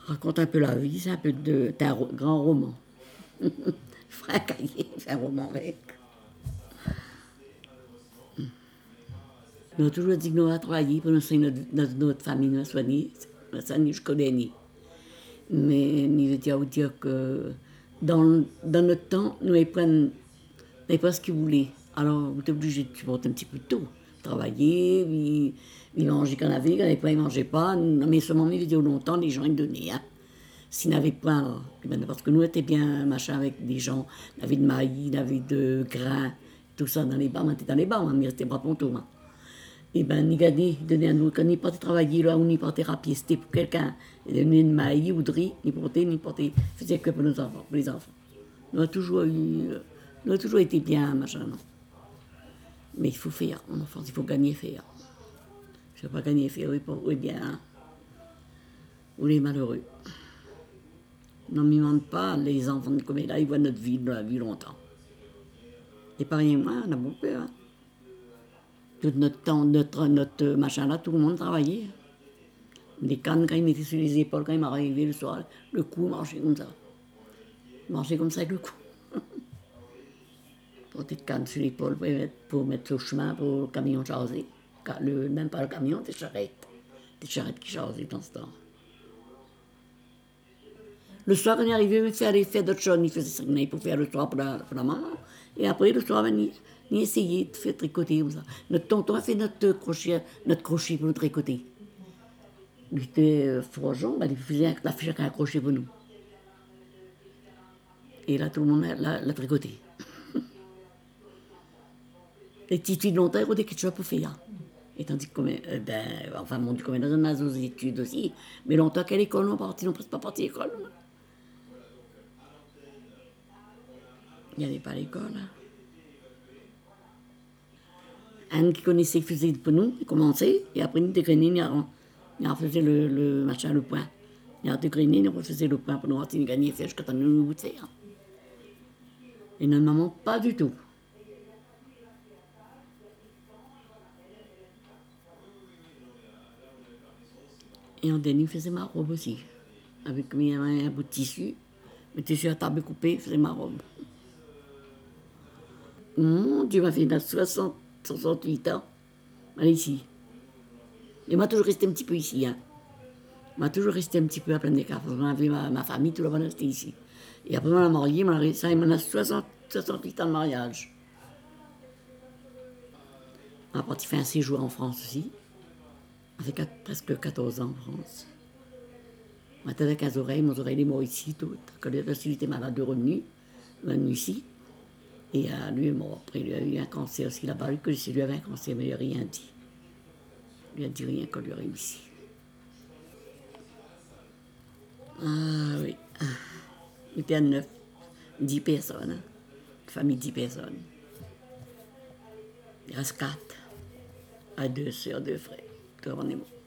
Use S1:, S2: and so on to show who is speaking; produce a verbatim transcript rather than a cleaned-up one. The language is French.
S1: raconte un peu la vie, c'est un peu de. C'est un ro- grand roman. Je ferai un cahier, c'est un roman avec. Nous avons toujours dit que nous avons travaillé pour nous soigner notre, notre, notre famille, nous soigner, nous soigner jusqu'au dernier. Mais nous veux dire que dans, dans notre temps, nous ne prenions pas ce qu'ils voulaient. Alors, vous êtes obligé de supporter un petit peu de tout. Travailler, ils, ils mangeaient quand on avait, quand on n'avait pas, ils ne mangeaient pas. Mais seulement, ils disaient longtemps, les gens ils donnaient. Hein. S'ils n'avaient pas, parce que nous, on était bien machin avec des gens, on avait de maïs, on avait de grains, tout ça dans les bars, on était dans les bars, on restait bras ponto. Hein. Et ben, ni gagné, donnait à nous, quand il partait travailler là, ou ni partait rapier, c'était pour quelqu'un. Il donnait de maïs ou de riz, ni portait, ni portait, faisait que pour nos enfants, pour les enfants. Nous avons toujours eu, nous avons toujours été bien, machin, non. Mais il faut faire, en enfance, il faut gagner faire. Je ne veux pas gagner faire, oui, pour, oui bien, hein. Ou les malheureux. Non, ne demande pas, les enfants de comme là, ils voient notre vie, la vie longtemps. Et pas rien moi, on a beaucoup peur. Hein. Tout notre temps, notre, notre machin là, tout le monde travaillait. Les cannes, quand ils mettaient sur les épaules, quand ils m'arrivaient le soir, le cou marchait comme ça. Marchait comme ça avec le cou. Porter de cannes sur l'épaule pour mettre, pour mettre au chemin pour le camion chargé. Le, même pas le camion, des charrettes. Des charrettes qui chargeaient dans ce temps. Le soir, quand il arrivait, il fallait faire d'autres choses. Il faisait ça pour faire le soir pour la, pour la maman. Et après, le soir, il, il essayait de faire tricoter comme ça. Notre tonton a fait notre crochet, notre crochet pour nous tricoter. Il était forgeant, ben, il faisait la chacun un crochet pour nous. Et là, tout le monde l'a, l'a tricoté. Les petites filles de longtemps, ils ont des quelque chose pour faire. Et tandis que, euh, ben, enfin, mon Dieu, comme on a nos études aussi. Mais longtemps qu'à l'école, on partit, on ne presque pas parti à l'école. Il n'y avait pas l'école. Hein. Anne qui connaissait, qui faisait pour nous, il commençait, et après, il dégrainait, il faisait le, le machin, le point. Il a dégrainé, il refaisait le point pour nous, il gagnait faire jusqu'à temps que nous bout de faire. Et notre maman, pas du tout. Et en dernier, il faisait ma robe aussi. Avec un bout de tissu, le tissu à table coupé, il faisait ma robe. Mon Dieu, ma fille, elle a soixante, soixante-huit ans. Elle est ici. Et moi, toujours resté un petit peu ici. Hein. Moi, toujours resté un petit peu à plein d'écart. Parce qu'on avait ma, ma famille, tout le monde restait ici. Et après, on a marié, ça, il m'en a soixante, soixante-huit ans de mariage. On a parti faire un séjour en France aussi. On a fait presque quatorze ans en France. On était avec les oreilles, mes oreilles, les morts ici, tout. Quand il était malade de revenu, il est venu ici. Et euh, lui est mort. Après, il a eu un cancer aussi là-bas. Lui, que lui avait un cancer, mais il n'a rien dit. Il n'a dit rien qu'on lui aurait eu ici. Ah oui. Il était à neuf, dix personnes. Hein. Une famille de dix personnes. Il reste quatre. À deux sœurs, deux frères. Tout le monde est mort.